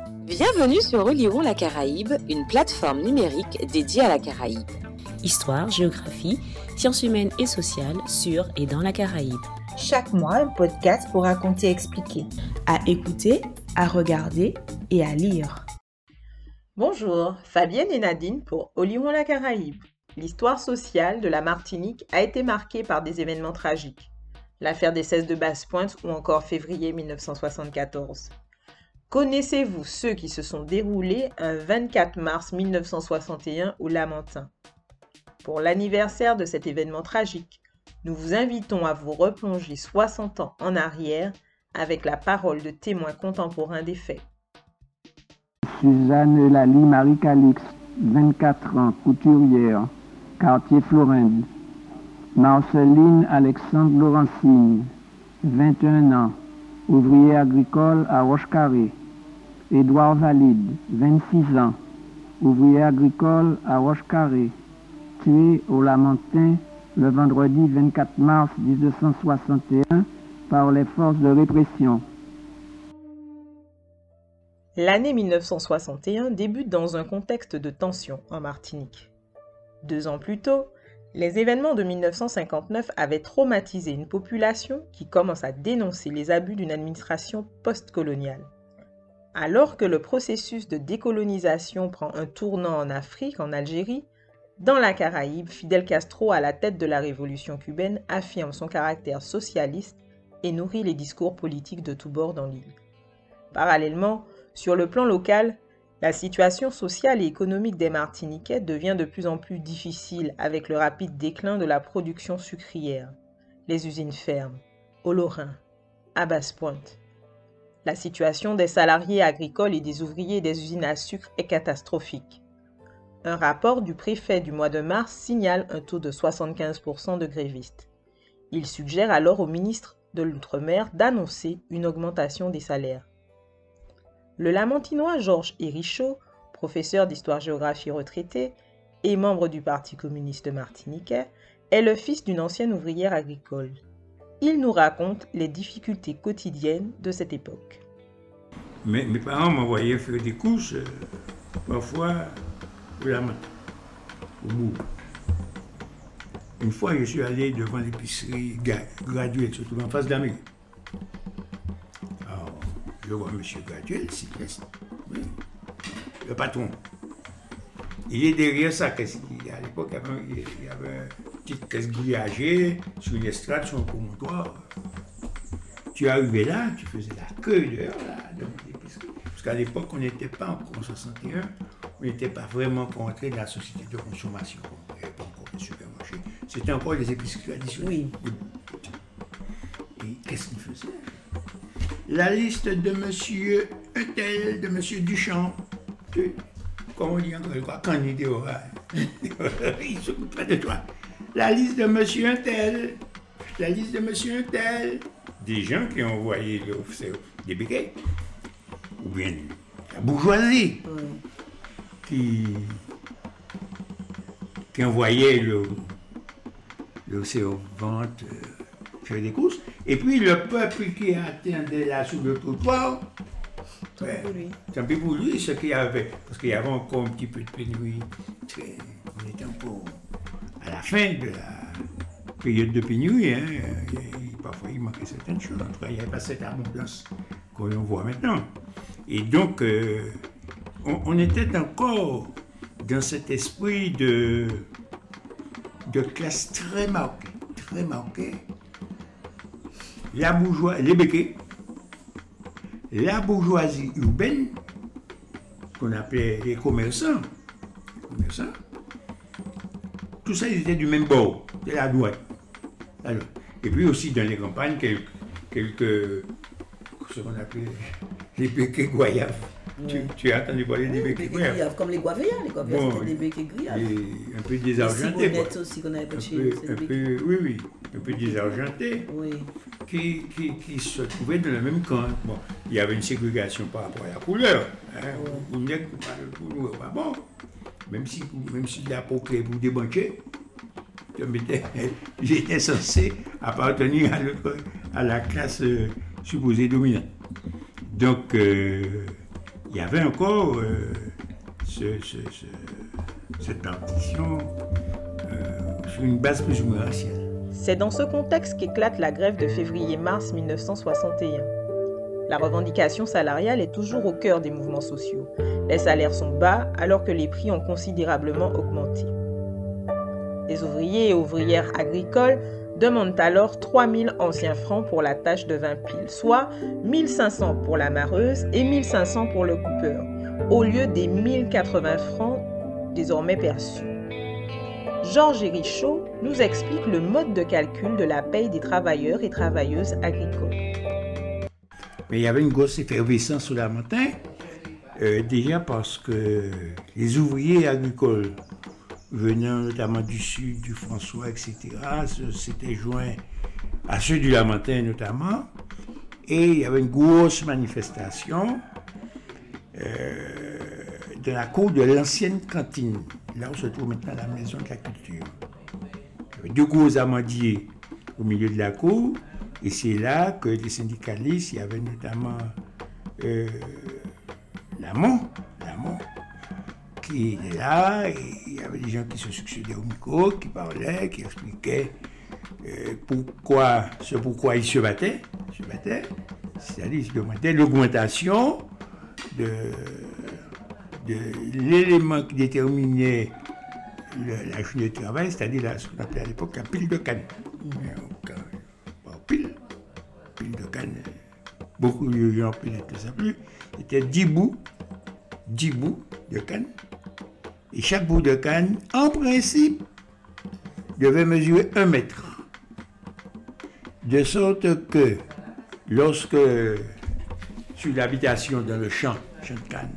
Bienvenue sur Relirons la Caraïbe, une plateforme numérique dédiée à la Caraïbe. Histoire, géographie, sciences humaines et sociales sur et dans la Caraïbe. Chaque mois, un podcast pour raconter et expliquer. À écouter, à regarder et à lire. Bonjour, Fabienne et Nadine pour Relirons la Caraïbe. L'histoire sociale de la Martinique a été marquée par des événements tragiques. L'affaire des 16 de Basse-Pointe ou encore février 1974. Connaissez-vous ceux qui se sont déroulés un 24 mars 1961 au Lamentin? Pour l'anniversaire de cet événement tragique, nous vous invitons à vous replonger 60 ans en arrière avec la parole de témoins contemporains des faits. Suzanne Eulalie Marie-Calix, 24 ans, couturière, quartier Florinde. Marceline Alexandre Laurentine, 21 ans, ouvrier agricole à Roche-Carré. Édouard Valide, 26 ans, ouvrier agricole à Roche-Carré, tué au Lamentin le vendredi 24 mars 1961 par les forces de répression. L'année 1961 débute dans un contexte de tension en Martinique. 2 ans plus tôt, les événements de 1959 avaient traumatisé une population qui commence à dénoncer les abus d'une administration post-coloniale. Alors que le processus de décolonisation prend un tournant en Afrique, en Algérie, dans la Caraïbe, Fidel Castro, à la tête de la révolution cubaine, affirme son caractère socialiste et nourrit les discours politiques de tous bords dans l'île. Parallèlement, sur le plan local, la situation sociale et économique des Martiniquais devient de plus en plus difficile avec le rapide déclin de la production sucrière. Les usines ferment, au Lorrain, à Basse-Pointe. La situation des salariés agricoles et des ouvriers des usines à sucre est catastrophique. Un rapport du préfet du mois de mars signale un taux de 75% de grévistes. Il suggère alors au ministre de l'Outre-mer d'annoncer une augmentation des salaires. Le Lamentinois Georges Hérichaud, professeur d'histoire-géographie retraité et membre du Parti communiste martiniquais, est le fils d'une ancienne ouvrière agricole. Il nous raconte les difficultés quotidiennes de cette époque. Mes parents m'envoyaient faire des courses, parfois au Lamentin, au bout. Une fois, je suis allé devant l'épicerie Graduel, surtout en face d'Amérique. Je vois M. Graduel, oui, le patron. Il est derrière sa caisse. À l'époque, il y avait une petite caisse grillagée sur une estrade, sur un promontoire. Tu arrivais là, tu faisais la queue dehors, là, devant l'épicerie. Parce qu'à l'époque, on n'était pas encore en 61, on n'était pas vraiment rentré dans la société de consommation. Il n'y avait pas encore de supermarché. C'était encore des épiceries traditionnelles. Oui. Et qu'est-ce qu'il faisait? La liste de monsieur Untel, de monsieur Duchamp, comme on dit encore, quoi, candidat oral. Il ne s'occupe pas de toi. La liste de monsieur Untel, la liste de monsieur Untel. Des gens qui ont envoyé des béquets, ou bien la bourgeoisie, qui envoyait le vente faire des courses. Et puis le peuple qui attendait là sur le trottoir, tant pis pour lui, ce qu'il y avait, parce qu'il y avait encore un petit peu de pénurie. On était encore à la fin de la période de pénurie. Parfois, il manquait certaines choses. En tout cas, il n'y avait pas cette abondance qu'on voit maintenant. Et donc, on était encore dans cet esprit de classe très marquée, très marquée. La bourgeoisie, les béquets, la bourgeoisie urbaine, qu'on appelait les commerçants, tout ça, ils étaient du même bord, de la droite. Alors, et puis aussi dans les campagnes, quelques ce qu'on appelait les béquets goyaves. Tu as entendu parler des béquets goyaves? Comme les guavéas, c'était des béquets grillaves. Un peu désargentés. Les cibonnettes aussi qu'on avait pas chez nous. Oui, un peu désargentés. Oui. Qui se trouvaient dans le même camp. Bon, il y avait une ségrégation par rapport à la couleur. Vous n'êtes pas le couleur, pas bon. Même si la peau est pour des banquiers, j'étais censé appartenir à la classe supposée dominante. Donc, il y avait encore cette partition sur une base plus ou moins raciale. C'est dans ce contexte qu'éclate la grève de février-mars 1961. La revendication salariale est toujours au cœur des mouvements sociaux. Les salaires sont bas alors que les prix ont considérablement augmenté. Les ouvriers et ouvrières agricoles demandent alors 3 000 anciens francs pour la tâche de 20 piles, soit 1 500 pour la mareuse et 1 500 pour le coupeur, au lieu des 1 080 francs désormais perçus. Georges Hérichaud nous explique le mode de calcul de la paye des travailleurs et travailleuses agricoles. Mais il y avait une grosse effervescence sur la montagne, déjà parce que les ouvriers agricoles venant notamment du sud, du François, etc., s'étaient joints à ceux du Lamentin notamment, et il y avait une grosse manifestation de la cour de l'ancienne cantine, là où se trouve maintenant la maison de la culture. Il y avait 2 gros amandiers au milieu de la cour, et c'est là que les syndicalistes, il y avait notamment Lamont, qui était là, et il y avait des gens qui se succédaient au micro, qui parlaient, qui expliquaient pourquoi ils se battaient, c'est-à-dire qu'ils demandaient l'augmentation de l'élément qui déterminait la journée de travail, c'est-à-dire ce qu'on appelait à l'époque la pile de canne. Pile de canne, beaucoup de gens peut-être ne savent plus, c'était 10 bouts de canne. Et chaque bout de canne, en principe, devait mesurer 1 mètre. De sorte que, lorsque, sur l'habitation dans le champ de canne,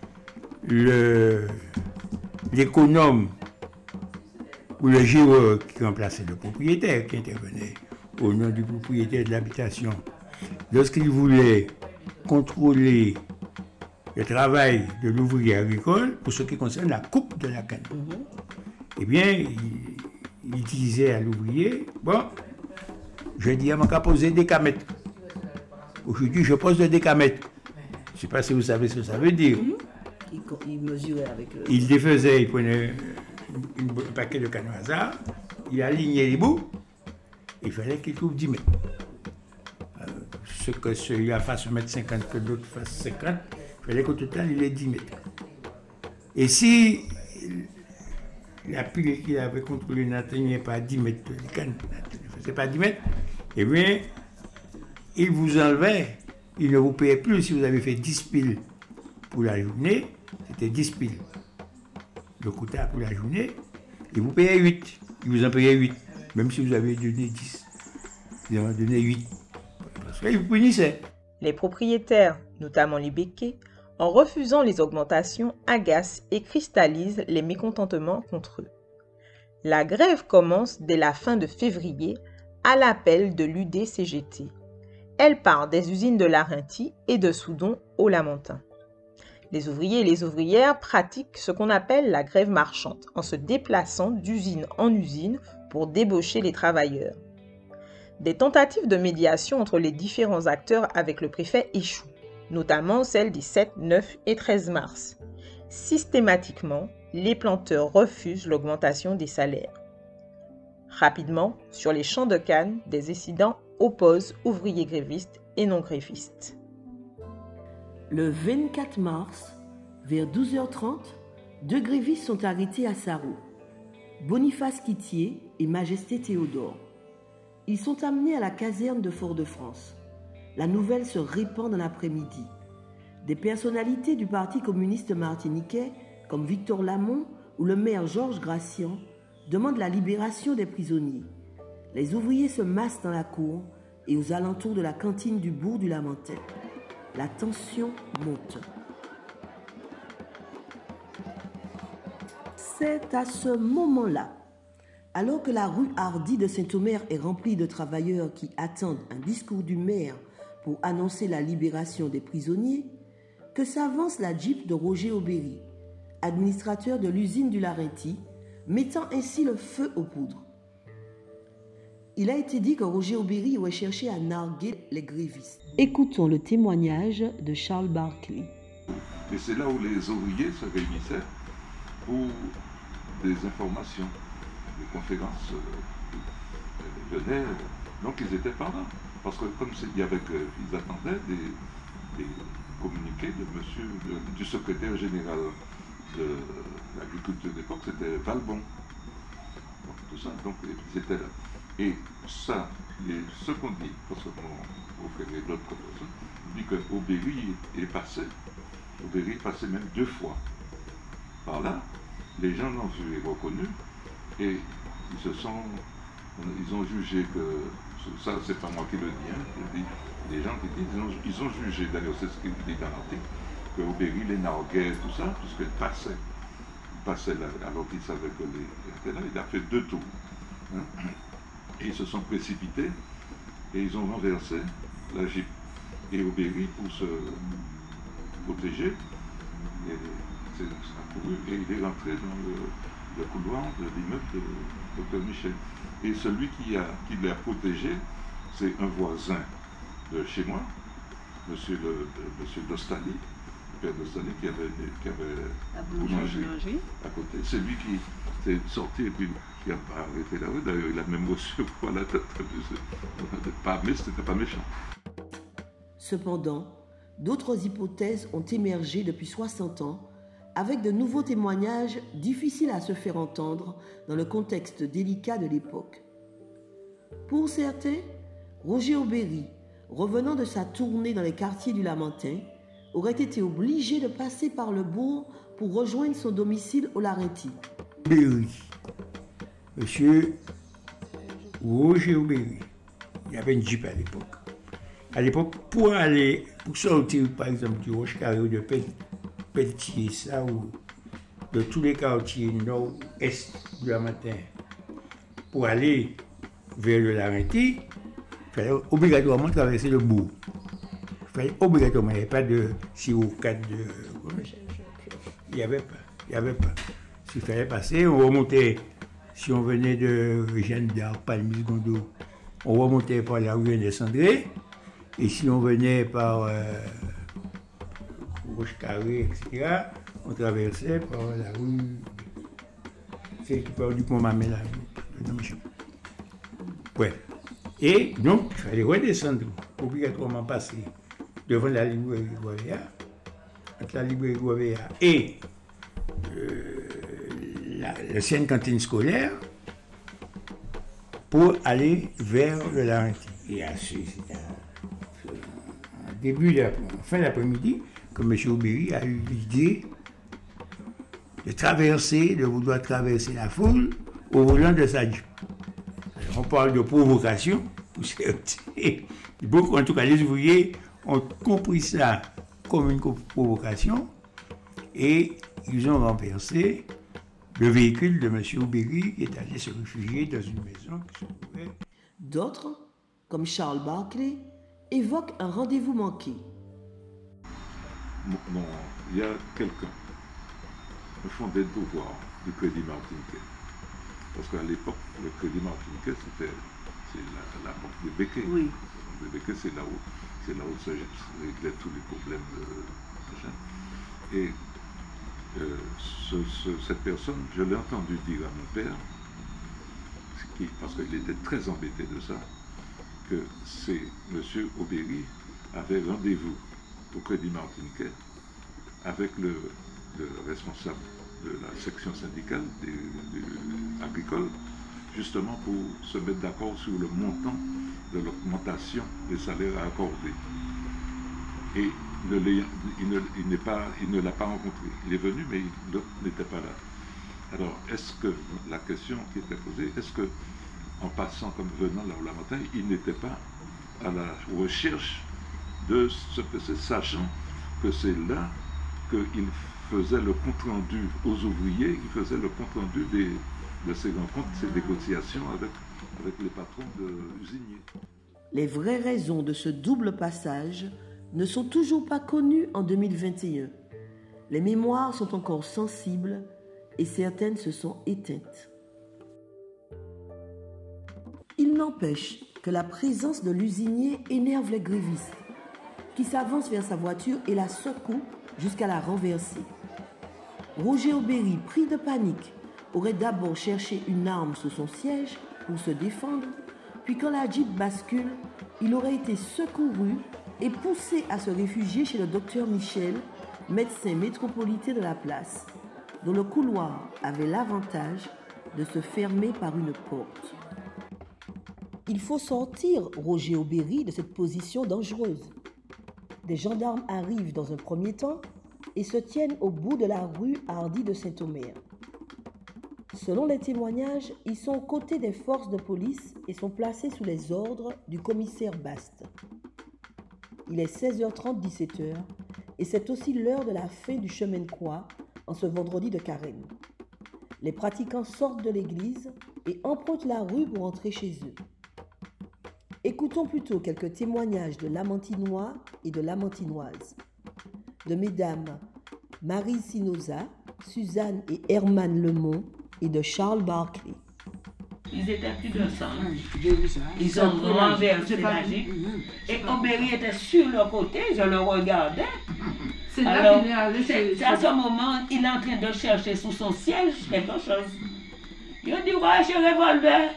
l'économe ou le géreur qui remplaçait le propriétaire, qui intervenait au nom du propriétaire de l'habitation, lorsqu'il voulait contrôler le travail de l'ouvrier agricole pour ce qui concerne la coupe de la canne. Eh bien, il disait à l'ouvrier, bon, je dis à mon cas poser des décamètres. Aujourd'hui, je pose le décamètre. Je ne sais pas si vous savez ce que ça veut dire. Il mesurait avec le... Il défaisait, il prenait un paquet de canne au hasard, il alignait les bouts, il fallait qu'il trouve 10 mètres. Ce que celui-là fasse 1,50 m, que l'autre fasse 50, il fallait qu'au total, il ait 10 mètres. Et si la pile qu'il avait contrôlée n'atteignait pas 10 mètres de canne, ne faisait pas 10 mètres, eh bien, il vous enlevait, il ne vous payait plus si vous avez fait 10 piles pour la journée, c'était 10 piles. Le quota pour la journée, il vous payait 8. Il vous en payait 8, même si vous avez donné 10. Il en a donné 8. Parce qu'il vous punissait. Les propriétaires, notamment les béquets, en refusant les augmentations, agacent et cristallisent les mécontentements contre eux. La grève commence dès la fin de février à l'appel de l'UDCGT. Elle part des usines de Larentie et de Soudon au Lamentin. Les ouvriers et les ouvrières pratiquent ce qu'on appelle la grève marchande, en se déplaçant d'usine en usine pour débaucher les travailleurs. Des tentatives de médiation entre les différents acteurs avec le préfet échouent, notamment celles des 7, 9 et 13 mars. Systématiquement, les planteurs refusent l'augmentation des salaires. Rapidement, sur les champs de canne, des dissidents opposent ouvriers grévistes et non grévistes. Le 24 mars, vers 12h30, 2 grévistes sont arrêtés à Sarrau, Boniface Quittier et Majesté Théodore. Ils sont amenés à la caserne de Fort-de-France. La nouvelle se répand dans l'après-midi. Des personnalités du Parti communiste martiniquais, comme Victor Lamont ou le maire Georges Gracian, demandent la libération des prisonniers. Les ouvriers se massent dans la cour et aux alentours de la cantine du bourg du Lamentin. La tension monte. C'est à ce moment-là, alors que la rue Hardy de Saint-Omer est remplie de travailleurs qui attendent un discours du maire pour annoncer la libération des prisonniers, que s'avance la Jeep de Roger Aubéry, administrateur de l'usine du Larentie, mettant ainsi le feu aux poudres. Il a été dit que Roger Aubéry aurait cherché à narguer les grévistes. Écoutons le témoignage de Charles Barkley. Et c'est là où les ouvriers se réunissaient pour des informations, des conférences venaient. Donc ils étaient par là. Parce que comme ils attendaient des communiqués du secrétaire général de l'agriculture d'époque, c'était Valbon. Donc, tout ça, donc ils étaient là. Et ça, ce qu'on dit, parce qu'on ferait d'autres personnes, on dit qu'Aubéry est passé. Aubéry est passé même 2 fois par là. Les gens l'ont vu et reconnu, et ils ont jugé que, ça c'est pas moi qui le dis, je dis les gens qui disent, ils ont jugé, d'ailleurs c'est ce qu'il dit dans l'article, que Aubéry les narguait, tout ça, puisqu'il passait là, alors qu'il savait que étaient là, il a fait 2 tours. Hein, et ils se sont précipités, et ils ont renversé la Jeep. Et Aubéry, pour se protéger, et il est rentré dans le couloir de l'immeuble de Dr Michel. Et celui qui l'a protégé, c'est un voisin de chez moi, monsieur Dostali, père Dostali, qui avait la boulangerie à côté. C'est lui qui s'est sorti et puis qui a arrêté la rue. D'ailleurs, il a même reçu à la tête. Mais c'était pas méchant. Cependant, d'autres hypothèses ont émergé depuis 60 ans, avec de nouveaux témoignages difficiles à se faire entendre dans le contexte délicat de l'époque. Pour certains, Roger Aubéry, revenant de sa tournée dans les quartiers du Lamentin, aurait été obligé de passer par le bourg pour rejoindre son domicile au Larentie. Aubéry, monsieur Roger Aubéry, il y avait une Jeep à l'époque. À l'époque, pour sortir par exemple du Roche-Carré ou de Pelletier, ça, ou de tous les quartiers nord-est du Lamentin, pour aller vers le Larentie, il fallait obligatoirement traverser le bourg. Il fallait obligatoirement, il n'y avait pas de 6 ou 4 de... Il n'y avait pas. S'il fallait passer, on remontait, si on venait de Jeanne d'Arc, Palmis, Gondo, on remontait par la rue Ernest-André, et si on venait par Roche-Carré, etc., on traversait par la rue, c'est qui part du pont Mamel, ouais. Et donc, il fallait redescendre, obligatoirement passer devant la librairie Gouavéa, entre la librairie Gouavéa et l'ancienne cantine scolaire, pour aller vers le Larentie. Et ensuite, fin d'après-midi, que M. Aubéry a eu l'idée de vouloir traverser la foule au volant de sa Jeep. Alors, on parle de provocation, pour certains. Beaucoup, en tout cas, les ouvriers ont compris ça comme une provocation et ils ont renversé le véhicule de M. Aubéry qui est allé se réfugier dans une maison qui se trouvait. D'autres, comme Charles Barclay, évoquent un rendez-vous manqué. Bon, il y a quelqu'un, le fondé de pouvoir du Crédit Martiniquais. Parce qu'à l'époque, le Crédit Martiniquais, c'est la banque de Becquet. Oui. La banque de Becquet, c'est là où se réglaient tous les problèmes de machin. Et cette personne, je l'ai entendu dire à mon père, parce qu'il était très embêté de ça, que c'est M. Aubéry avait rendez-vous au Crédit Martiniquais avec le responsable de la section syndicale agricole, justement pour se mettre d'accord sur le montant de l'augmentation des salaires à accorder. Et il ne l'a pas rencontré. Il est venu, mais l'autre n'était pas là. Alors, est-ce que, la question qui était posée, est-ce que, en passant comme venant là au Lamentin, il n'était pas à la recherche de ce que c'est, sachant que c'est là qu'il faisait le compte-rendu aux ouvriers, il faisait le compte-rendu de ces rencontres, ces négociations avec les patrons de usiniers. Les vraies raisons de ce double passage ne sont toujours pas connues en 2021. Les mémoires sont encore sensibles et certaines se sont éteintes. Il n'empêche que la présence de l'usinier énerve les grévistes, qui s'avancent vers sa voiture et la secouent jusqu'à la renverser. Roger Aubéry, pris de panique, aurait d'abord cherché une arme sous son siège pour se défendre, puis quand la Jeep bascule, il aurait été secouru et poussé à se réfugier chez le docteur Michel, médecin métropolitain de la place, dont le couloir avait l'avantage de se fermer par une porte. Il faut sortir Roger Aubéry de cette position dangereuse. Des gendarmes arrivent dans un premier temps et se tiennent au bout de la rue Hardy de Saint-Omer. Selon les témoignages, ils sont aux côtés des forces de police et sont placés sous les ordres du commissaire Bast. Il est 16h30, 17h et c'est aussi l'heure de la fin du chemin de croix en ce vendredi de carême. Les pratiquants sortent de l'église et empruntent la rue pour entrer chez eux. Écoutons plutôt quelques témoignages de Lamantinois et de Lamantinoises, de mesdames Marie Sinoza, Suzanne et Herman Lemont et de Charles Barclay. Ils étaient plus de 100. Ils ont renversé la Jeep. Et Aubéry était sur le côté, je le regardais. Alors, c'est à ce moment, il est en train de chercher sous son siège quelque chose. Il a dit, ouais, j'ai un revolver.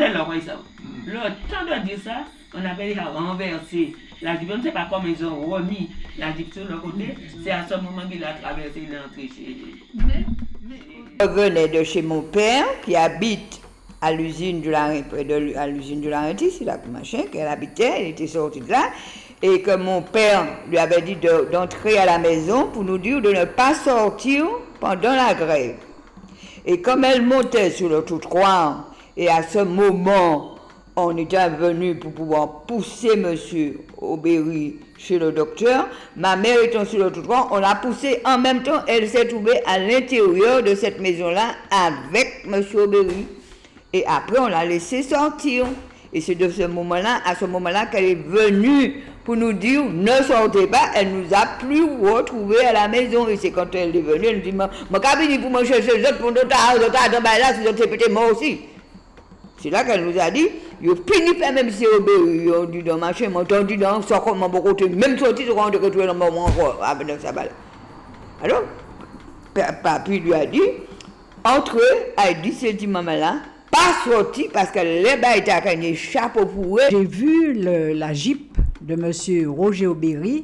Le temps de dire ça, on avait déjà renversé la Jeep. Je ne sais pas comment ils ont remis la Jeep sur le côté. C'est à ce moment qu'il a traversé, il est entré chez lui. Je venais de chez mon père qui habite à l'usine de Larentis, c'est là qu'elle habitait, elle était sortie de là, et que mon père lui avait dit d'entrer à la maison pour nous dire de ne pas sortir pendant la grève. Et comme elle montait sur le trottoir, et à ce moment, on était venu pour pouvoir pousser monsieur Aubéry chez le docteur, ma mère étant sur le trottoir, on l'a poussée en même temps, elle s'est trouvée à l'intérieur de cette maison-là avec monsieur Aubéry. Et après, on l'a laissé sortir. Et c'est de ce moment-là, à ce moment-là, qu'elle est venue pour nous dire, ne sortez pas, elle nous a plus retrouvés à la maison. Et c'est quand elle est venue, elle nous dit, mon cabinet pour me chercher les autres, pour nous là, si vous êtes pété, moi aussi. C'est là qu'elle nous a dit, il fini par même si Aubéry, on dit dans ma chaîne, on dit dans ce qu'on m'a côté, même sorti, on a retrouvé dans mon encore, avec sa balle. Alors, papi lui a dit, entrez, elle dit, c'est dit, maman là, pas sorti parce que les bas étaient à un chapeau pour eux. J'ai vu la Jeep de M. Roger Aubéry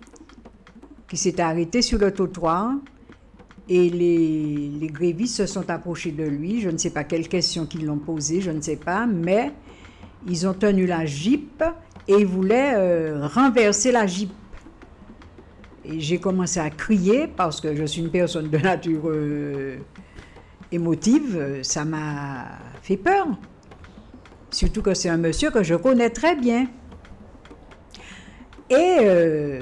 qui s'est arrêté sur le trottoir et les grévistes se sont approchés de lui. Je ne sais pas quelles questions qu'ils l'ont posées, je ne sais pas, mais ils ont tenu la Jeep et ils voulaient renverser la Jeep. Et j'ai commencé à crier parce que je suis une personne de nature émotive, ça m'a fait peur. Surtout que c'est un monsieur que je connais très bien. Et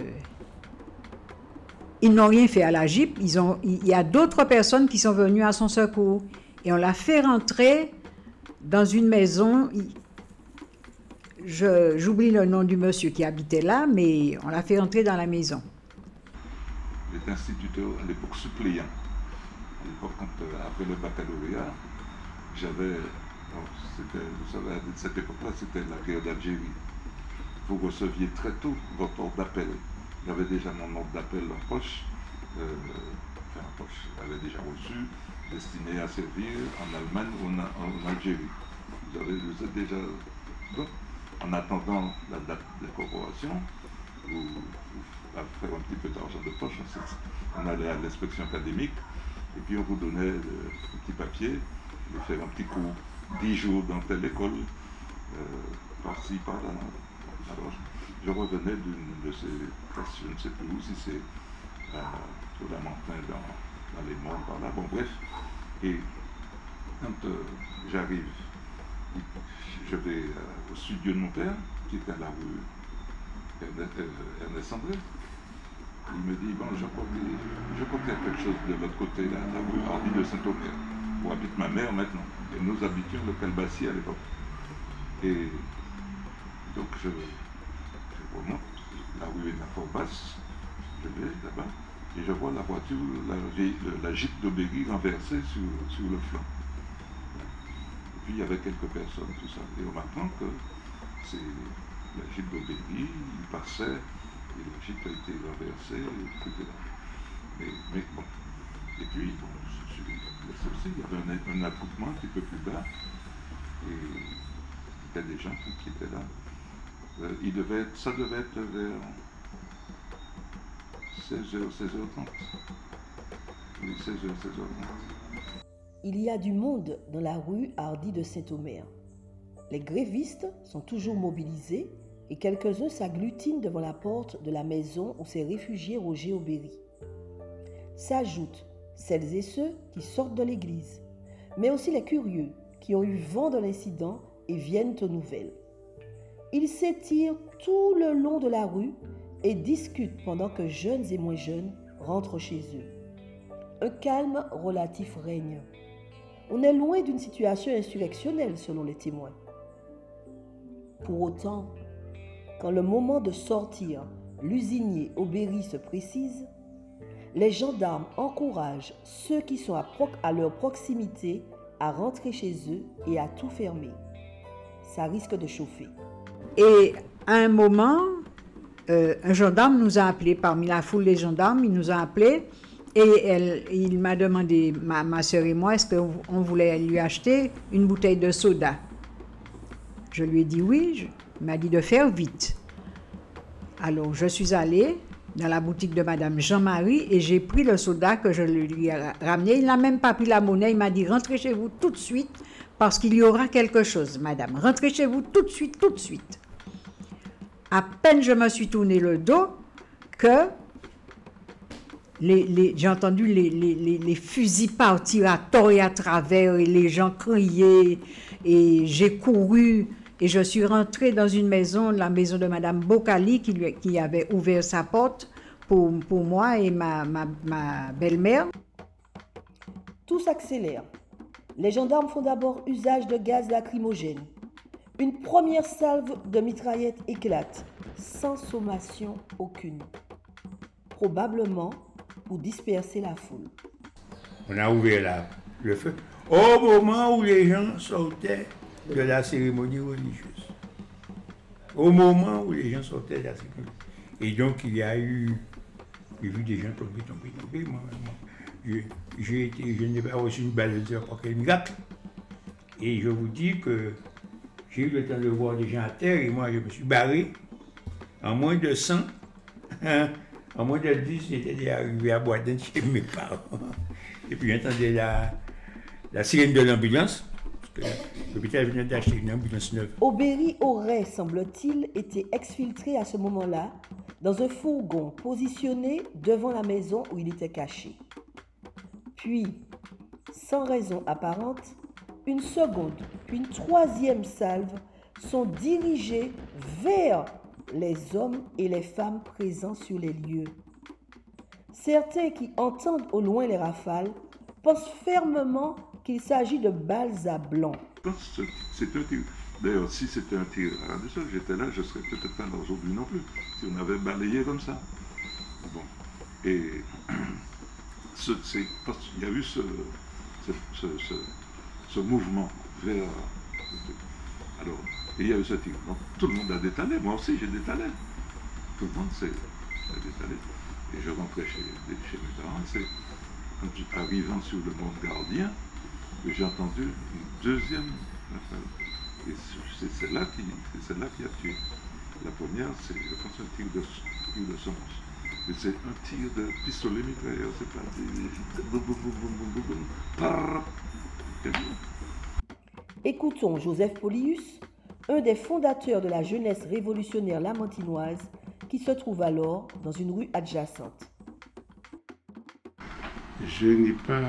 ils n'ont rien fait à la Jeep. Il y a d'autres personnes qui sont venues à son secours. Et on l'a fait rentrer dans une maison. J'oublie le nom du monsieur qui habitait là, mais on l'a fait rentrer dans la maison. Il est instituteur à l'époque suppléant. À l'époque, après le baccalauréat, vous savez, à cette époque-là, c'était la guerre d'Algérie. Vous receviez très tôt votre ordre d'appel. J'avais déjà mon ordre d'appel en poche, j'avais déjà reçu, destiné à servir en Allemagne ou en Algérie. Vous êtes déjà... Donc, en attendant la date d'incorporation, vous faire un petit peu d'argent de poche, on allait à l'inspection académique, et puis on vous donnait le petit papier, de faire un petit cours, 10 jours dans telle école, par-ci, par-là. Alors, je revenais d'une de ces classes, je ne sais plus où, si c'est sur la montagne, dans les monts, par là, bon bref. Et quand j'arrive, je vais au studio de mon père, qui est à la rue Ernest André. Il me dit, bon, je crois qu'il y a quelque chose de l'autre côté, là, la rue Hardy de Saint-Omer, où habite ma mère maintenant. Et nous habitions le Calbassi à l'époque. Et donc je remonte, la rue est fort basse, je vais là-bas, et je vois la voiture, la Jeep d'Aubéry renversée sur le flanc. Et puis il y avait quelques personnes, tout ça. Et on m'apprend que c'est la Jeep d'Aubéry, il passait, et la Jeep a été renversée, etc. Mais bon. Et puis, bon, il y avait un attroupement un petit peu plus bas. Et il y a des gens qui étaient là. Ça devait être vers 16h30. Oui, 16h30. Il y a du monde dans la rue Hardy de Saint-Omer. Les grévistes sont toujours mobilisés et quelques-uns s'agglutinent devant la porte de la maison où s'est réfugié Roger Aubéry. S'ajoutent celles et ceux qui sortent de l'église, mais aussi les curieux qui ont eu vent de l'incident et viennent aux nouvelles. Ils s'étirent tout le long de la rue et discutent pendant que jeunes et moins jeunes rentrent chez eux. Un calme relatif règne. On est loin d'une situation insurrectionnelle selon les témoins. Pour autant, quand le moment de sortir l'usinier Aubéry se précise, les gendarmes encouragent ceux qui sont à leur proximité à rentrer chez eux et à tout fermer. Ça risque de chauffer. Et à un moment, un gendarme nous a appelés, parmi la foule des gendarmes, il nous a appelés et il m'a demandé, ma soeur et moi, est-ce qu'on voulait lui acheter une bouteille de soda. Je lui ai dit oui, il m'a dit de faire vite. Alors je suis allée dans la boutique de Madame Jean-Marie et j'ai pris le soda que je lui ai ramené. Il n'a même pas pris la monnaie, il m'a dit rentrez chez vous tout de suite parce qu'il y aura quelque chose, madame. Rentrez chez vous tout de suite, tout de suite. À peine je me suis tourné le dos que j'ai entendu les fusils partir à tort et à travers et les gens criaient et j'ai couru et je suis rentrée dans une maison, la maison de Madame Bocali qui avait ouvert sa porte pour moi et ma belle-mère. Tout s'accélère. Les gendarmes font d'abord usage de gaz lacrymogène. Une première salve de mitraillettes éclate, sans sommation aucune. Probablement pour disperser la foule. On a ouvert le feu au moment où les gens sortaient de la cérémonie religieuse. Au moment où les gens sortaient de la cérémonie. Et donc il y a eu, j'ai vu des gens tomber. Moi, je n'ai pas reçu une balle de tir pour quel miracle. Et je vous dis que j'ai eu le temps de voir des gens à terre et moi je me suis barré. En moins de 100, en moins de 10, j'étais déjà arrivé à Boisden chez mes parents. Et puis j'entendais la sirène de l'ambulance, parce que l'hôpital venait d'acheter une ambulance neuve. Aubéry aurait, semble-t-il, été exfiltré à ce moment-là dans un fourgon positionné devant la maison où il était caché. Puis, sans raison apparente, une seconde, puis une troisième salve sont dirigées vers les hommes et les femmes présents sur les lieux. Certains qui entendent au loin les rafales pensent fermement qu'il s'agit de balles à blanc. C'est un tir. D'ailleurs, si c'était un tir à la seule, j'étais là, je ne serais peut-être pas là aujourd'hui non plus, si on avait balayé comme ça. Bon. Et il y a eu ce mouvement vers... Alors, il y a eu ce tir. Donc, tout le monde a détalé, moi aussi j'ai détalé. Tout le monde s'est détalé. Et je rentrais chez mes parents. C'est en arrivant sur le mont Gardien que j'ai entendu une deuxième rafale. Et c'est celle-là qui a tué. La première, c'est, je pense, un tir de Somos. Mais c'est un tir de pistolet mitrailleur. C'est parti. Écoutons Joseph Polius, un des fondateurs de la jeunesse révolutionnaire lamantinoise, qui se trouve alors dans une rue adjacente. Je n'ai pas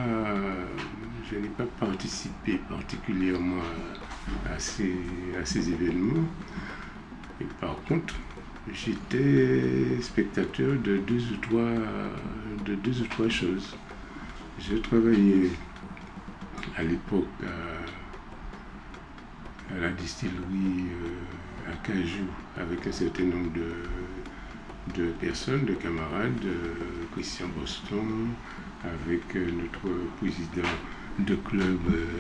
participé particulièrement à ces événements. Et par contre, j'étais spectateur de deux ou trois choses. Je travaillais à l'époque à la distillerie à Cajou avec un certain nombre de personnes, de camarades, Christian Boston, avec notre président de club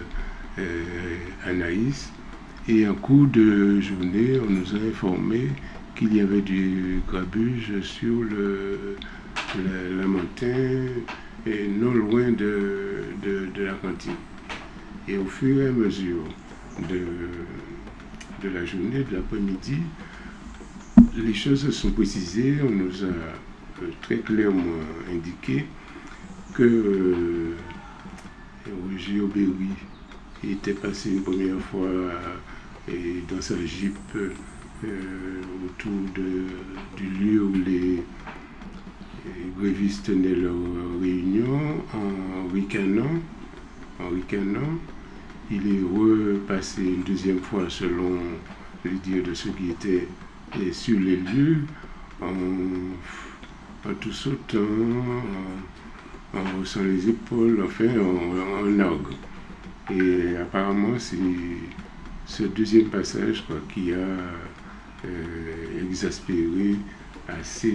Anaïs. Et en cours de journée, on nous a informé qu'il y avait du grabuge sur Lamentin, et non loin de la cantine. Et au fur et à mesure de la journée, de l'après-midi, les choses se sont précisées. On nous a très clairement indiqué que Roger Aubéry était passé une première fois dans sa Jeep autour du lieu où les grévistes tenaient leur réunion en ricanant. Il est repassé une deuxième fois selon les dires de ceux qui étaient sur les lieux en tout sautant, en haussant les épaules, enfin en orgue. Et apparemment c'est ce deuxième passage qui a exaspéré assez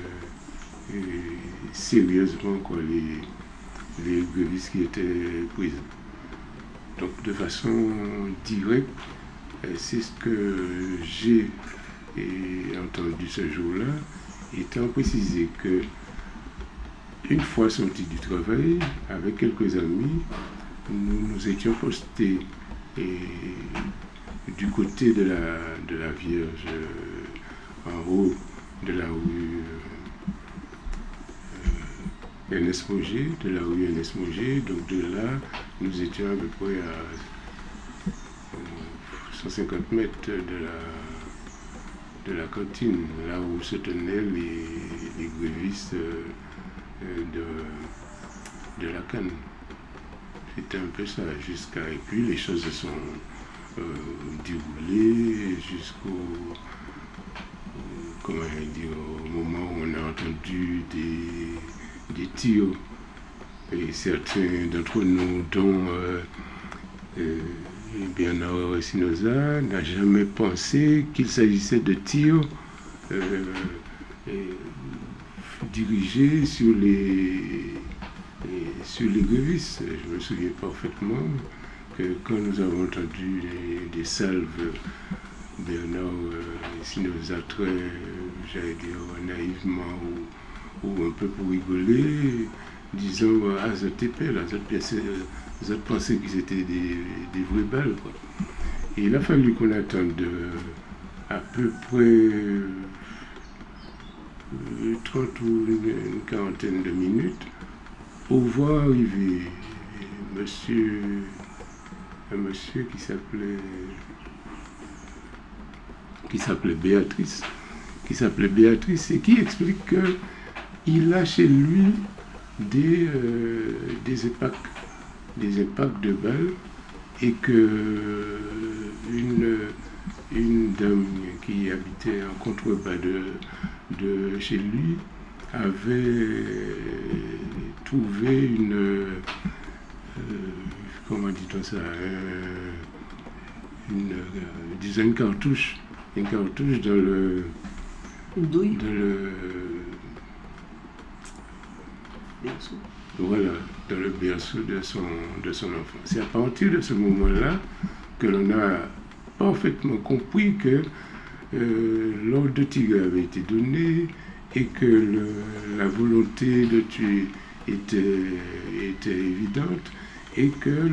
sérieusement les grévistes qui étaient présents. Donc de façon directe, c'est ce que j'ai entendu ce jour-là, étant précisé que une fois sortis du travail, avec quelques amis, nous nous étions postés du côté de la Vierge, en haut de la rue Ernest Moger, donc de là, nous étions à peu près à 150 mètres de la cantine, là où se tenaient les grévistes de la canne. C'était un peu ça, et puis les choses se sont déroulées jusqu'au moment où on a entendu des tirs. Et certains d'entre nous, dont Bernard Sinoza, n'a jamais pensé qu'il s'agissait de tirs dirigés sur les grévistes. Je me souviens parfaitement que quand nous avons entendu des salves, Bernard Sinoza très, j'allais dire, naïvement ou un peu pour rigoler, disant « ça t'épelle, ça pensait que c'était des vraies balles. » Et il a fallu qu'on attende à peu près 30 ou une quarantaine de minutes pour voir arriver un monsieur qui s'appelait Béatrice, et qui explique qu'il a chez lui des impacts de balles, et que une dame qui habitait en contrebas de chez lui avait trouvé comment dit-on ça, une cartouche dans le berceau. Voilà, dans le berceau de son enfant. C'est à partir de ce moment-là que l'on a parfaitement compris que l'ordre de tirer avait été donné et que la volonté de tuer était évidente, et que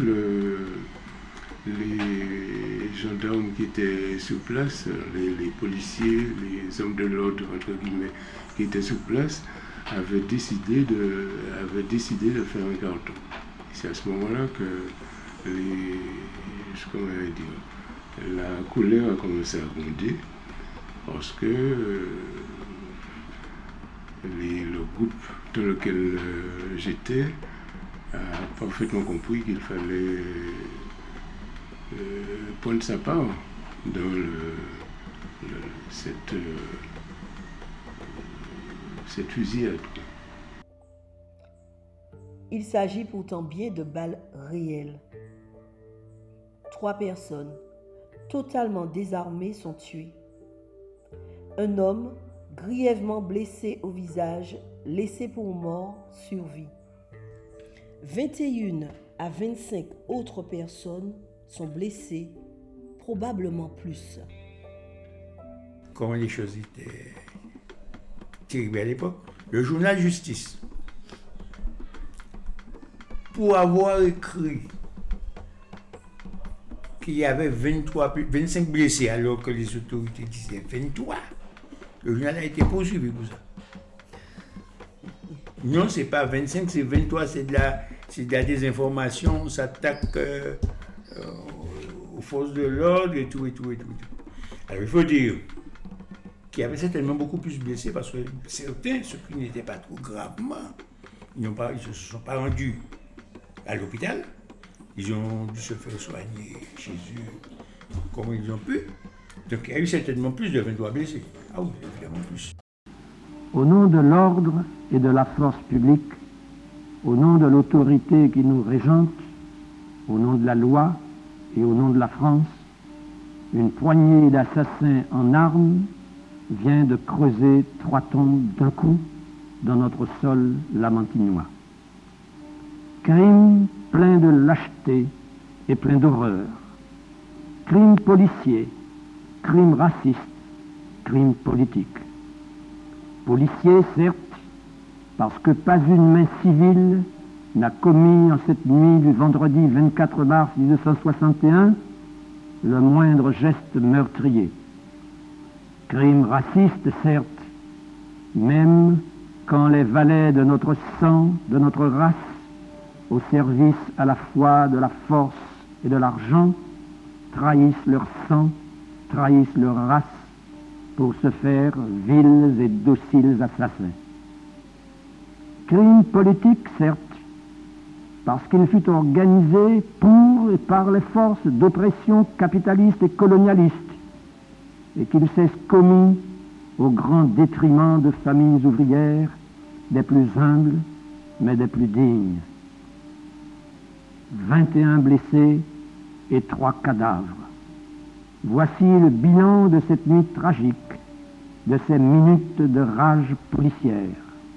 les gendarmes qui étaient sur place, les policiers, les hommes de l'ordre, entre guillemets, qui étaient sur place, avaient décidé de faire un carton. C'est à ce moment-là que la colère a commencé à gronder, parce que le groupe dans lequel j'étais a parfaitement compris qu'il fallait prendre sa part dans cette fusillade. Il s'agit pourtant bien de balles réelles. 3 personnes, totalement désarmées, sont tuées. Un homme, grièvement blessé au visage, laissé pour mort, survit. 21 à 25 autres personnes sont blessées, probablement plus. Comment les choses étaient terribles à l'époque. le journal Justice, pour avoir écrit qu'il y avait 25 blessés alors que les autorités disaient 23, le journal a été poursuivi pour ça. Non, c'est pas 25, c'est 23, c'est de la désinformation, on s'attaque aux forces de l'ordre et tout. Alors il faut dire qu'il y avait certainement beaucoup plus blessés parce que certains, ceux qui n'étaient pas trop gravement, ils ne se sont pas rendus à l'hôpital. Ils ont dû se faire soigner chez eux comme ils ont pu. Donc il y a eu certainement plus de 23 blessés. Ah oui, évidemment plus. Au nom de l'ordre et de la force publique, au nom de l'autorité qui nous régente, au nom de la loi et au nom de la France, une poignée d'assassins en armes vient de creuser 3 tombes d'un coup dans notre sol lamantinois. Crime plein de lâcheté et plein d'horreur. Crime policier, crime raciste, crime politique. Policier, certes, parce que pas une main civile n'a commis en cette nuit du vendredi 24 mars 1961 le moindre geste meurtrier. Crime raciste, certes, même quand les valets de notre sang, de notre race, au service à la fois de la force et de l'argent, trahissent leur sang, trahissent leur race pour se faire vils et dociles assassins. Crime politique, certes, parce qu'il fut organisé pour et par les forces d'oppression capitaliste et colonialiste, et qu'il s'est commis au grand détriment de familles ouvrières, des plus humbles, mais des plus dignes. 21 blessés et 3 cadavres. Voici le bilan de cette nuit tragique, de ces minutes de rage policière.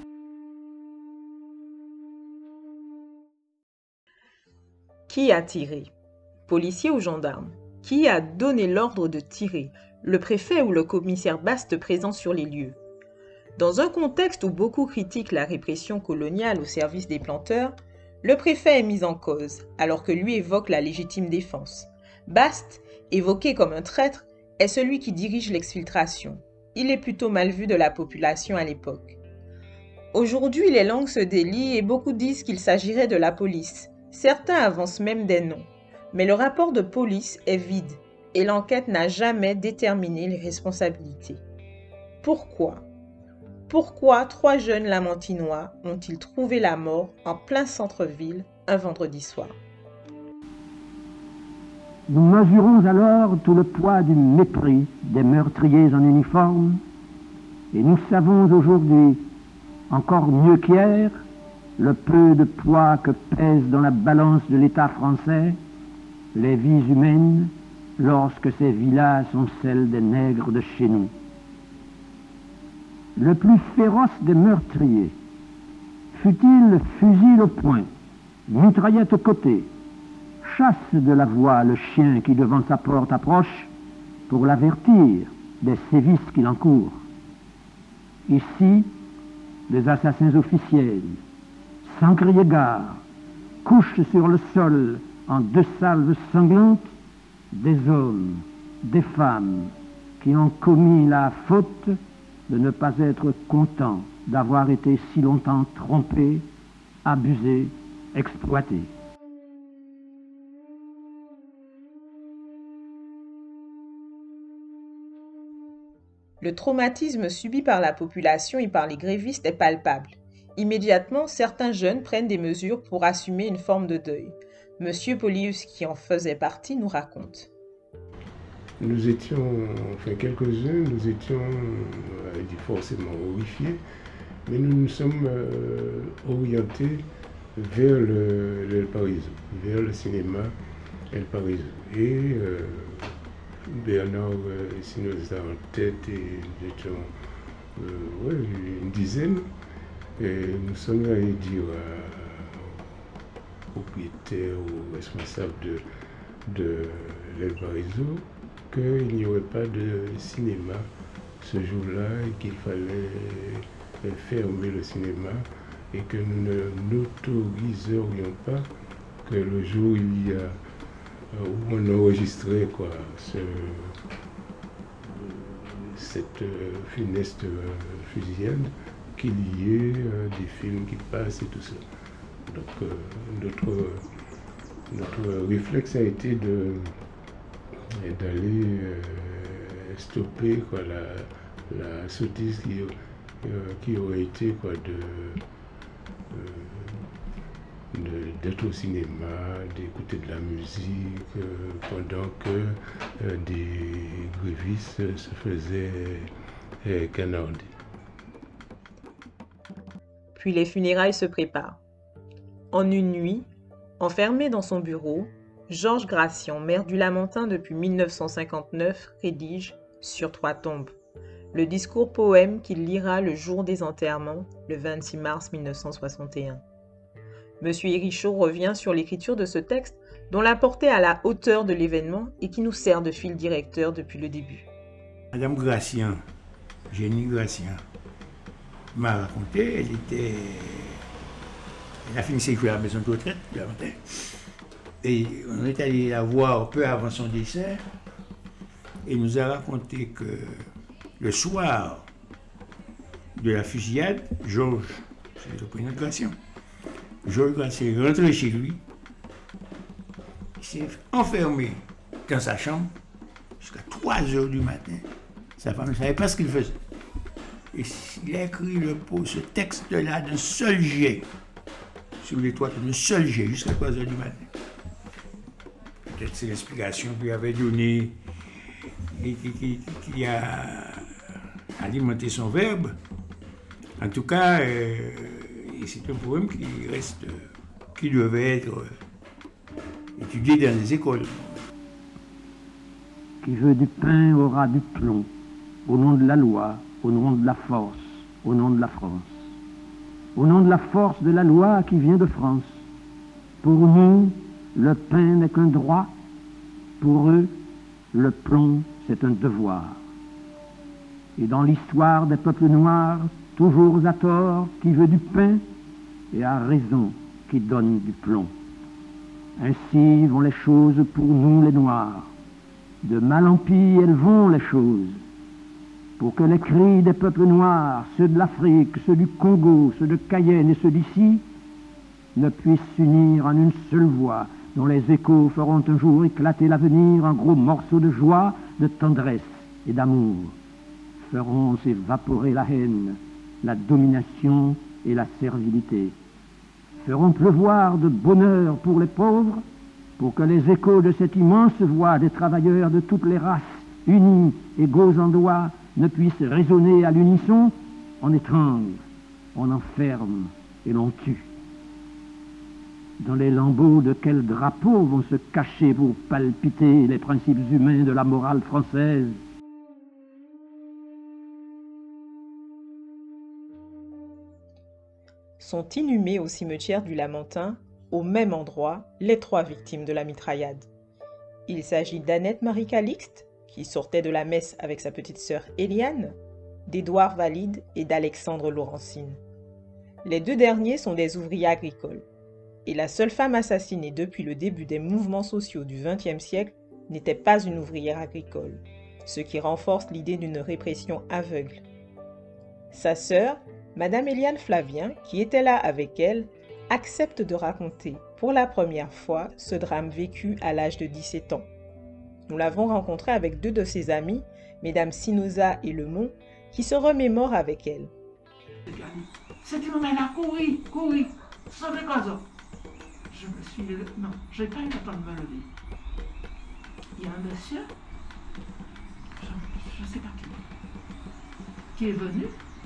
Qui a tiré? Policier ou gendarme? Qui a donné l'ordre de tirer? Le préfet ou le commissaire Bast présent sur les lieux? Dans un contexte où beaucoup critiquent la répression coloniale au service des planteurs, le préfet est mis en cause, alors que lui évoque la légitime défense. Bast, évoqué comme un traître, est celui qui dirige l'exfiltration. Il est plutôt mal vu de la population à l'époque. Aujourd'hui, les langues se délient et beaucoup disent qu'il s'agirait de la police. Certains avancent même des noms. Mais le rapport de police est vide et l'enquête n'a jamais déterminé les responsabilités. Pourquoi? Pourquoi 3 jeunes lamantinois ont-ils trouvé la mort en plein centre-ville un vendredi soir? Nous mesurons alors tout le poids du mépris des meurtriers en uniforme et nous savons aujourd'hui, encore mieux qu'hier, le peu de poids que pèsent dans la balance de l'État français les vies humaines lorsque ces vies-là sont celles des nègres de chez nous. Le plus féroce des meurtriers, fut-il fusil au poing, mitraillette au côté, chasse de la voie le chien qui devant sa porte approche pour l'avertir des sévices qu'il encourt. Ici, des assassins officiels, sans crier gare, couchent sur le sol en 2 salves sanglantes des hommes, des femmes qui ont commis la faute de ne pas être contents d'avoir été si longtemps trompés, abusés, exploités. Le traumatisme subi par la population et par les grévistes est palpable. Immédiatement, certains jeunes prennent des mesures pour assumer une forme de deuil. Monsieur Polius, qui en faisait partie, nous raconte. Nous étions, enfin quelques-uns, nous étions forcément horrifiés, mais nous nous sommes orientés vers le El Paraiso, vers le cinéma El Paraiso. Et Bernard Espinosa en tête et nous étions une dizaine. Et nous sommes allés dire aux propriétaires, aux responsables de l'El Paraiso qu'il n'y aurait pas de cinéma ce jour-là et qu'il fallait fermer le cinéma et que nous n'autoriserions pas que le jour où on enregistrait cette funeste fusillade, qu'il y ait des films qui passent et tout ça. Donc notre réflexe a été d'aller stopper la sottise qui aurait été d'être au cinéma, d'écouter de la musique pendant que des grévistes se faisaient canarder. Puis les funérailles se préparent. En une nuit, enfermé dans son bureau, Georges Gracian, maire du Lamentin depuis 1959, rédige « Sur 3 tombes », le discours-poème qu'il lira le jour des enterrements, le 26 mars 1961. Monsieur Hérichaud revient sur l'écriture de ce texte dont la portée est à la hauteur de l'événement et qui nous sert de fil directeur depuis le début. Madame Gracian, Jenny Gracian, m'a raconté, elle a fini ses jours à la maison de retraite le matin. Et on est allé la voir peu avant son décès. Et il nous a raconté que le soir de la fusillade, Georges, c'est le président de Gracian, Georges Gracian est rentré chez lui, il s'est enfermé dans sa chambre jusqu'à 3h du matin. Sa femme ne savait pas ce qu'il faisait. Et il a écrit ce texte-là d'un seul jet, sur les toits, d'un seul jet, jusqu'à 3h du matin. Peut-être c'est l'explication qu'il avait donnée et qui a alimenté son verbe. En tout cas, c'est un poème qui devait être étudié dans les écoles. Qui veut du pain aura du plomb, au nom de la loi, au nom de la force, au nom de la France. Au nom de la force de la loi qui vient de France. Pour nous, le pain n'est qu'un droit, pour eux, le plomb, c'est un devoir. Et dans l'histoire des peuples noirs, toujours à tort, qui veut du pain, et à raison, qui donne du plomb. Ainsi vont les choses pour nous les Noirs. De mal en pis, elles vont les choses. Pour que les cris des peuples noirs, ceux de l'Afrique, ceux du Congo, ceux de Cayenne et ceux d'ici, ne puissent s'unir en une seule voix, dont les échos feront un jour éclater l'avenir en gros morceaux de joie, de tendresse et d'amour, feront s'évaporer la haine, la domination et la servilité, feront pleuvoir de bonheur pour les pauvres, pour que les échos de cette immense voix des travailleurs de toutes les races, unis, égaux en droit, ne puissent résonner à l'unisson, on étrangle, on enferme et l'on tue. Dans les lambeaux de quels drapeaux vont se cacher pour palpiter les principes humains de la morale française? Sont inhumés au cimetière du Lamentin, au même endroit, les 3 victimes de la mitraillade. Il s'agit d'Annette Marie Calixte, qui sortait de la messe avec sa petite sœur Eliane, d'Édouard Valide et d'Alexandre Laurentine. Les 2 derniers sont des ouvriers agricoles. Et la seule femme assassinée depuis le début des mouvements sociaux du XXe siècle n'était pas une ouvrière agricole, ce qui renforce l'idée d'une répression aveugle. Sa sœur, Madame Eliane Flavien, qui était là avec elle, accepte de raconter pour la première fois ce drame vécu à l'âge de 17 ans. Nous l'avons rencontrée avec 2 de ses amies, Mesdames Sinoza et Lemont, qui se remémorent avec elle. C'était moment là, courir, sans les gazons. Je me suis levée, non, je n'ai pas eu le temps de me lever. Il y a un monsieur, je ne sais pas qui est venu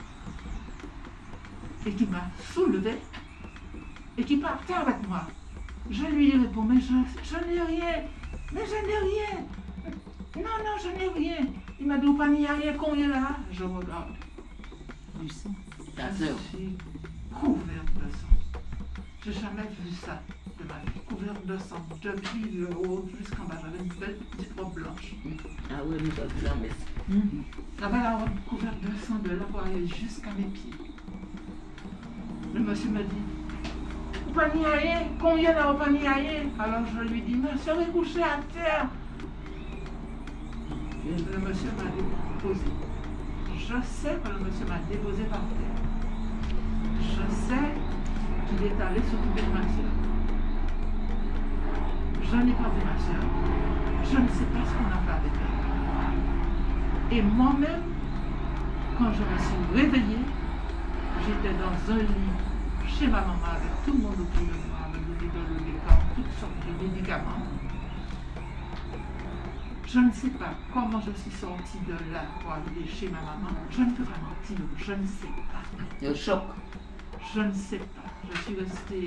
et qui m'a soulevée et qui partait avec moi. Je lui ai répondu, mais je n'ai rien, mais je n'ai rien. Non, je n'ai rien. Il m'a dit, il n'y a rien qu'on est là. Je regarde. Du sang. Je suis couverte de sang. Je n'ai jamais vu ça de ma vie. Couverte de sang. Depuis le haut jusqu'en bas, j'avais une belle petite robe blanche. Ah oui, nous avons vu la messe. J'avais la robe couverte de sang de là pour aller jusqu'à mes pieds. monsieur me dit, vous pas ni rien, combien n'a pas ni rien? Alors je lui dis, mais serait couché à terre. Le monsieur m'a déposé. Je sais que le monsieur m'a déposé par terre. Je sais qu'il est allé s'occuper de ma soeur. Je n'ai pas vu ma soeur. Je ne sais pas ce qu'on a fait avec elle. Et moi-même, quand je me suis réveillée, j'étais dans un lit chez ma maman avec tout le monde autour de moi, avec des bidons, des corps, toutes sortes de médicaments. Je ne sais pas comment je suis sortie de là pour aller chez ma maman. Je ne peux pas mentir, je ne sais pas. Le choc. Je ne sais pas. Je suis restée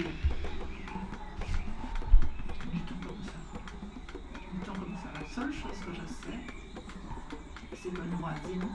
du temps comme ça. Du temps comme ça. La seule chose que je sais, c'est que nos voisines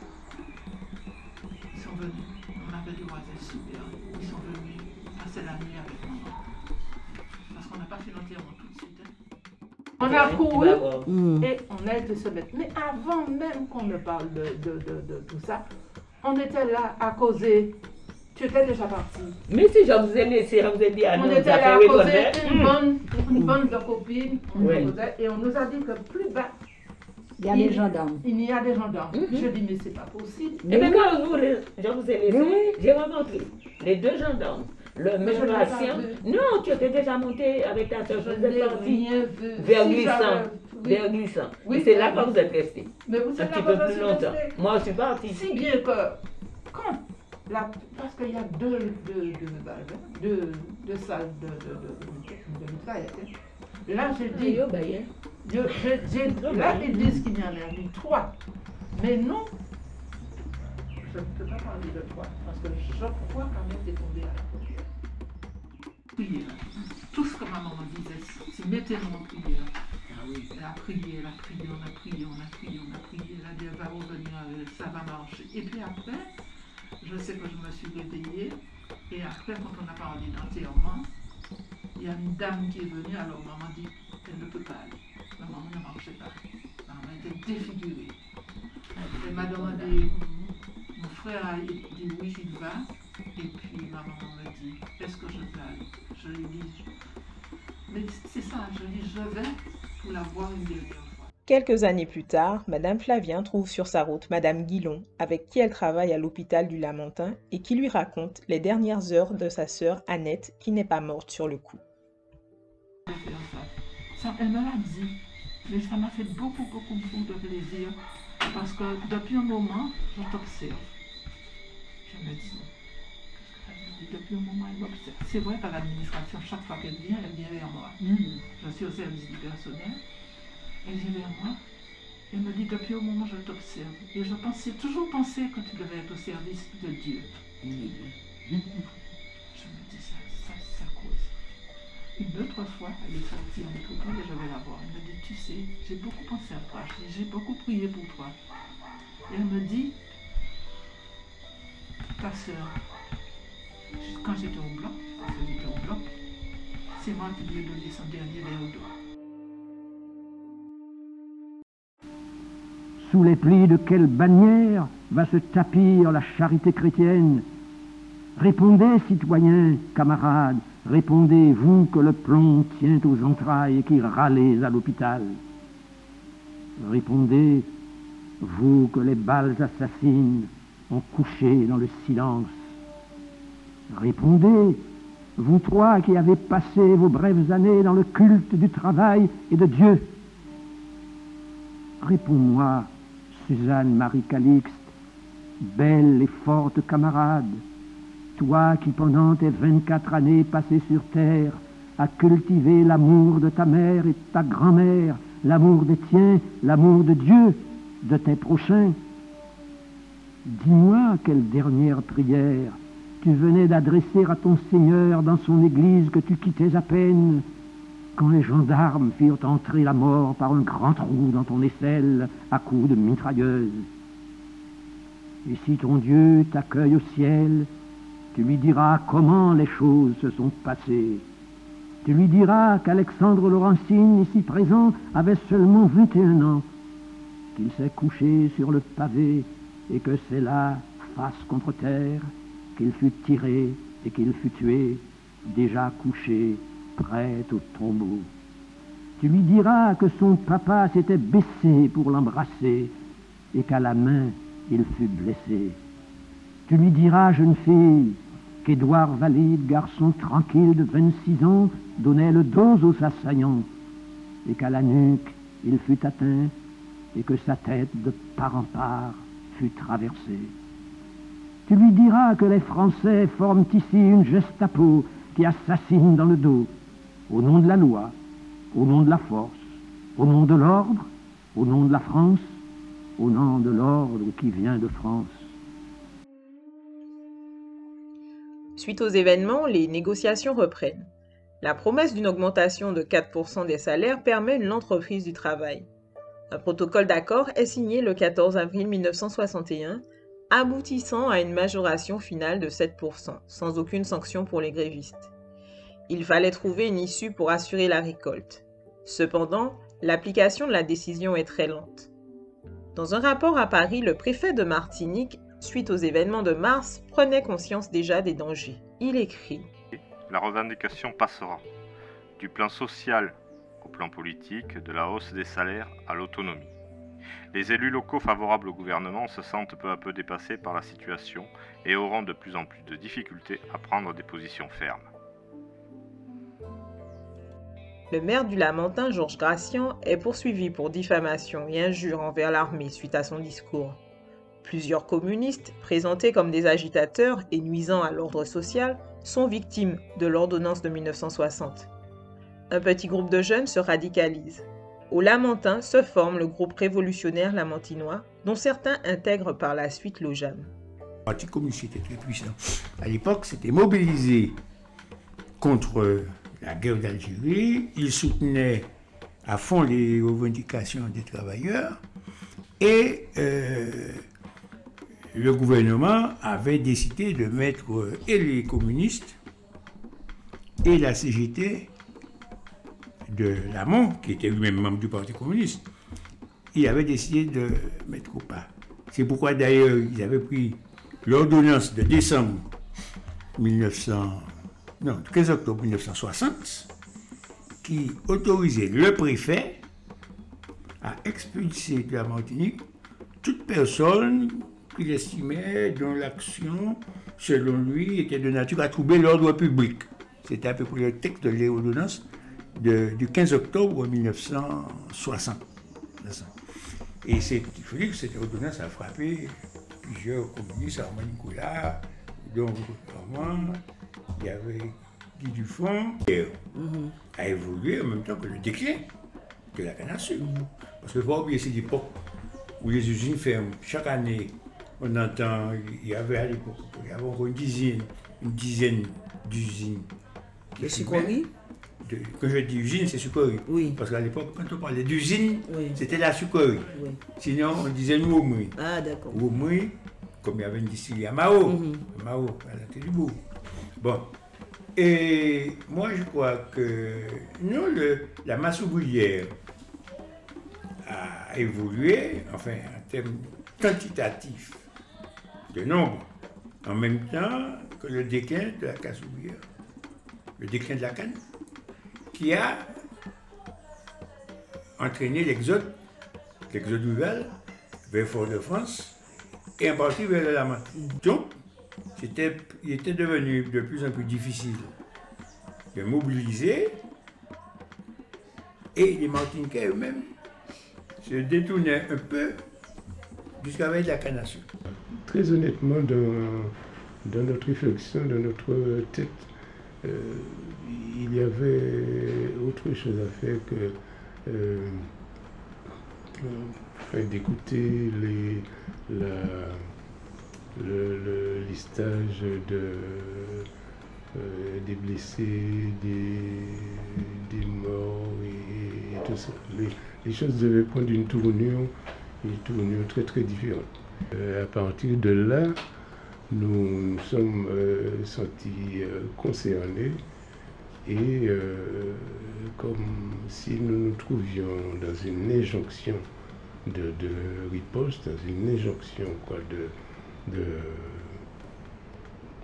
sont venus. On avait des voisins super. Ils sont venus passer la nuit avec maman. Parce qu'on n'a pas fait l'enterrement tout de suite. Hein. On a couru et on a été se mettre. Mais avant même qu'on ne parle de tout ça, on était là à causer. Tu étais déjà parti. Mais si je vous ai laissé, je vous ai dit à nous, on était là à causer une bande de copines. Et on nous a dit que plus bas, il y a des gendarmes. Il y a des gendarmes. Je dis, mais c'est pas possible. Et bien quand je vous ai laissé, j'ai rencontré les deux gendarmes. Le même patient. Non, tu étais déjà monté avec ta soeur. Vous êtes parti vers 800. Vers 800. Oui, c'est là que vous êtes resté. Mais vous un petit peu plus longtemps. Moi, je suis parti. Si bien que, quand, parce qu'il y a deux salles de mitraillette. Là, j'ai dit, là, ils disent qu'il y en a eu 3. Mais non, je ne peux pas parler de 3, parce que je crois quand même que c'est tombé à la prière. Prier, tout ce que ma maman disait, c'est mettez-nous en prière. Elle a prié, on a prié. Elle a dit, elle va revenir, ça va marcher. Et puis après, je sais que je me suis réveillée, et après, quand on a parlé d'enterrement, il y a une dame qui est venue, alors maman dit, elle ne peut pas aller. Ma maman ne marchait pas. Ma maman était défigurée. Elle m'a demandé, mon frère a dit oui, il va. Et puis ma maman me dit, est-ce que je vais aller? Je lui dis, mais c'est ça, je lui dis, je vais pour la voir une dernière fois. Quelques années plus tard, Madame Flavien trouve sur sa route Madame Guillon, avec qui elle travaille à l'hôpital du Lamentin et qui lui raconte les dernières heures de sa sœur Annette, qui n'est pas morte sur le coup. Elle me l'a dit, mais ça m'a fait beaucoup de plaisir, parce que depuis un moment, je t'observe. Je me dis, depuis un moment, elle m'observe. C'est vrai qu'à l'administration, chaque fois qu'elle vient vers moi. Je suis au service du personnel, elle vient vers moi, elle me dit, depuis un moment, je t'observe. Et j'ai toujours pensé que tu devais être au service de Dieu. Je me dis, ça cause. Une autre fois, elle est sortie en métropole et je vais la voir. Elle me dit, tu sais, j'ai beaucoup pensé à toi, j'ai beaucoup prié pour toi. Et elle me dit, ta sœur, quand j'étais au bloc, c'est moi qui lui ai donné son dernier verre d'eau. Sous les plis de quelle bannière va se tapir la charité chrétienne? Répondez, citoyens, camarades, répondez, vous que le plomb tient aux entrailles et qui râlez à l'hôpital. Répondez, vous que les balles assassines ont couché dans le silence. Répondez, vous trois qui avez passé vos brèves années dans le culte du travail et de Dieu. Réponds-moi, Suzanne Marie Calixte, belle et forte camarade, toi qui pendant tes 24 années passées sur terre as cultivé l'amour de ta mère et de ta grand-mère, l'amour des tiens, l'amour de Dieu, de tes prochains. Dis-moi quelle dernière prière tu venais d'adresser à ton Seigneur dans son église que tu quittais à peine, quand les gendarmes firent entrer la mort par un grand trou dans ton aisselle à coups de mitrailleuse. Et si ton Dieu t'accueille au ciel, tu lui diras comment les choses se sont passées. Tu lui diras qu'Alexandre Laurentine, ici présent, avait seulement 21 ans, qu'il s'est couché sur le pavé et que c'est là, face contre terre, qu'il fut tiré et qu'il fut tué, déjà couché, prêt au tombeau. Tu lui diras que son papa s'était baissé pour l'embrasser et qu'à la main il fut blessé. Tu lui diras, jeune fille, qu'Édouard Valide, garçon tranquille de 26 ans, donnait le dos aux assaillants et qu'à la nuque il fut atteint et que sa tête de part en part fut traversée. Tu lui diras que les Français forment ici une Gestapo qui assassine dans le dos, au nom de la loi, au nom de la force, au nom de l'ordre, au nom de la France, au nom de l'ordre qui vient de France. Suite aux événements, les négociations reprennent. La promesse d'une augmentation de 4% des salaires permet une lente reprise du travail. Un protocole d'accord est signé le 14 avril 1961, aboutissant à une majoration finale de 7%, sans aucune sanction pour les grévistes. Il fallait trouver une issue pour assurer la récolte. Cependant, l'application de la décision est très lente. Dans un rapport à Paris, le préfet de Martinique, suite aux événements de mars, prenait conscience déjà des dangers. Il écrit « La revendication passera du plan social au plan politique, de la hausse des salaires à l'autonomie. Les élus locaux favorables au gouvernement se sentent peu à peu dépassés par la situation et auront de plus en plus de difficultés à prendre des positions fermes. » Le maire du Lamentin, Georges Gracian, est poursuivi pour diffamation et injures envers l'armée suite à son discours. Plusieurs communistes, présentés comme des agitateurs et nuisant à l'ordre social, sont victimes de l'ordonnance de 1960. Un petit groupe de jeunes se radicalise. Au Lamentin se forme le groupe révolutionnaire lamantinois, dont certains intègrent par la suite l'OJAM. Le Parti communiste était très puissant. À l'époque, c'était mobilisé contre la guerre d'Algérie. Il soutenait à fond les revendications des travailleurs et le gouvernement avait décidé de mettre et les communistes et la CGT de Lamont, qui était lui-même membre du Parti communiste, il avait décidé de mettre au pas. C'est pourquoi d'ailleurs ils avaient pris l'ordonnance de décembre 15 octobre 1960 qui autorisait le préfet à expulser de la Martinique toute personne qu'il estimait dont l'action, selon lui, était de nature à troubler l'ordre public. C'était à peu près le texte de l'ordonnance du 15 octobre 1960. Et il faut dire que cette ordonnance a frappé plusieurs communistes, Armand Nicolas, dont Armand, il y avait Guy Dufond, a évolué en même temps que le déclin de la canne à sucre. Parce qu'il ne faut pas oublier, c'est l'époque où les usines ferment. Chaque année, on entend, il y avait à l'époque, il y avait encore une dizaine d'usines. De sucreries? Quand je dis usine, c'est sucrerie. Oui. Parce qu'à l'époque, quand on parlait d'usine, oui, c'était la sucrerie. Oui. Sinon, on disait nous Oumri. Ah, d'accord. Oumri, comme il y avait une distillerie à Mao, Mao, à l'entrée du bourg. Bon. Et moi, je crois que non, la masse ouvrière a évolué, enfin, en termes quantitatifs de nombre, en même temps que le déclin de la classe ouvrière, le déclin de la canne, qui a entraîné l'exode rural vers Fort-de-France et en partie vers le Lamentin. Donc, il était devenu de plus en plus difficile de mobiliser et les Martiniquais eux-mêmes se détournaient un peu jusqu'à de la canne à sucre. Très honnêtement, dans notre réflexion, dans notre tête, il y avait autre chose à faire que d'écouter le listage des blessés, des morts et tout ça. Les choses devaient prendre une tournure très très différente. À partir de là, nous nous sommes sentis concernés et comme si nous nous trouvions dans une injonction de riposte, dans une injonction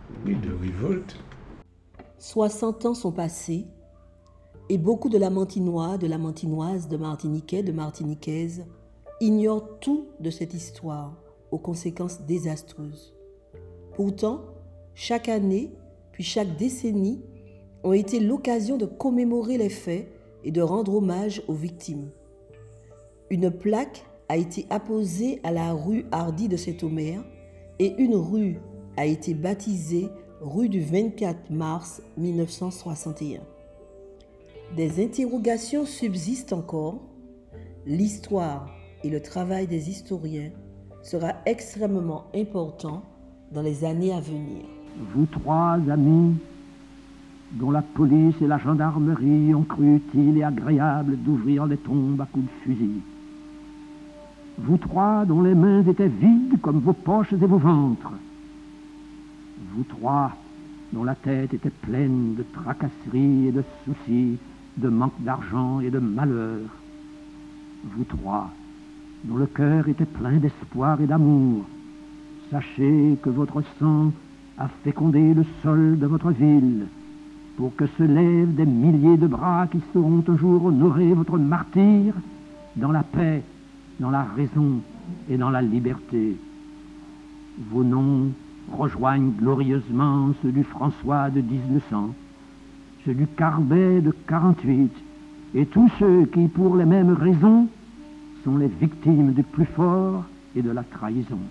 Oui, de révolte. 60 ans sont passés et beaucoup de Lamantinois, de Lamantinoises, de Martiniquais, de Martiniquaises ignorent tout de cette histoire aux conséquences désastreuses. Pourtant, chaque année, puis chaque décennie, ont été l'occasion de commémorer les faits et de rendre hommage aux victimes. Une plaque a été apposée à la rue Hardy de Saint-Omer et une rue a été baptisée rue du 24 mars 1961. Des interrogations subsistent encore. L'histoire et le travail des historiens sera extrêmement important dans les années à venir. Vous trois amis, dont la police et la gendarmerie ont cru utile et agréable d'ouvrir les tombes à coups de fusil. Vous trois dont les mains étaient vides comme vos poches et vos ventres. Vous trois dont la tête était pleine de tracasseries et de soucis, de manque d'argent et de malheur. Vous trois dont le cœur était plein d'espoir et d'amour. Sachez que votre sang a fécondé le sol de votre ville, pour que se lèvent des milliers de bras qui sauront un jour honorer votre martyre dans la paix, dans la raison et dans la liberté. Vos noms rejoignent glorieusement ceux du François de 1900, ceux du Carbet de 48, et tous ceux qui, pour les mêmes raisons, sont les victimes du plus fort et de la trahison.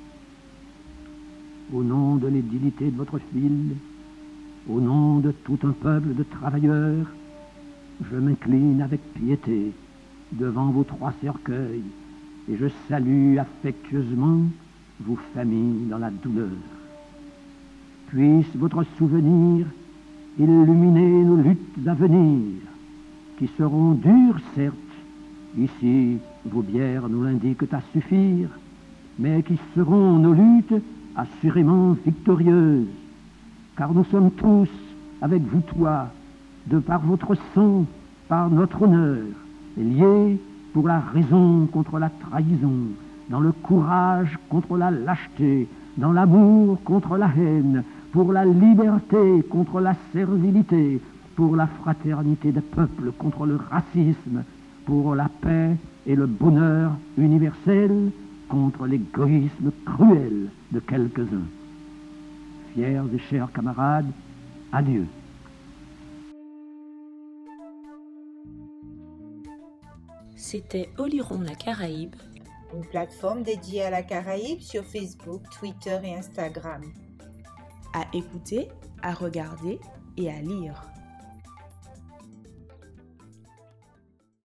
Au nom de l'édilité de votre ville, au nom de tout un peuple de travailleurs, je m'incline avec piété devant vos trois cercueils et je salue affectueusement vos familles dans la douleur. Puisse votre souvenir illuminer nos luttes à venir, qui seront dures, certes, ici vos bières nous l'indiquent à suffire, mais qui seront nos luttes assurément victorieuses, car nous sommes tous, avec vous trois, de par votre sang, par notre honneur, liés pour la raison contre la trahison, dans le courage contre la lâcheté, dans l'amour contre la haine, pour la liberté contre la servilité, pour la fraternité des peuples contre le racisme, pour la paix et le bonheur universel contre l'égoïsme cruel de quelques-uns. Fiers et chers camarades, adieu. C'était Oliron la Caraïbe, une plateforme dédiée à la Caraïbe sur Facebook, Twitter et Instagram. À écouter, à regarder et à lire.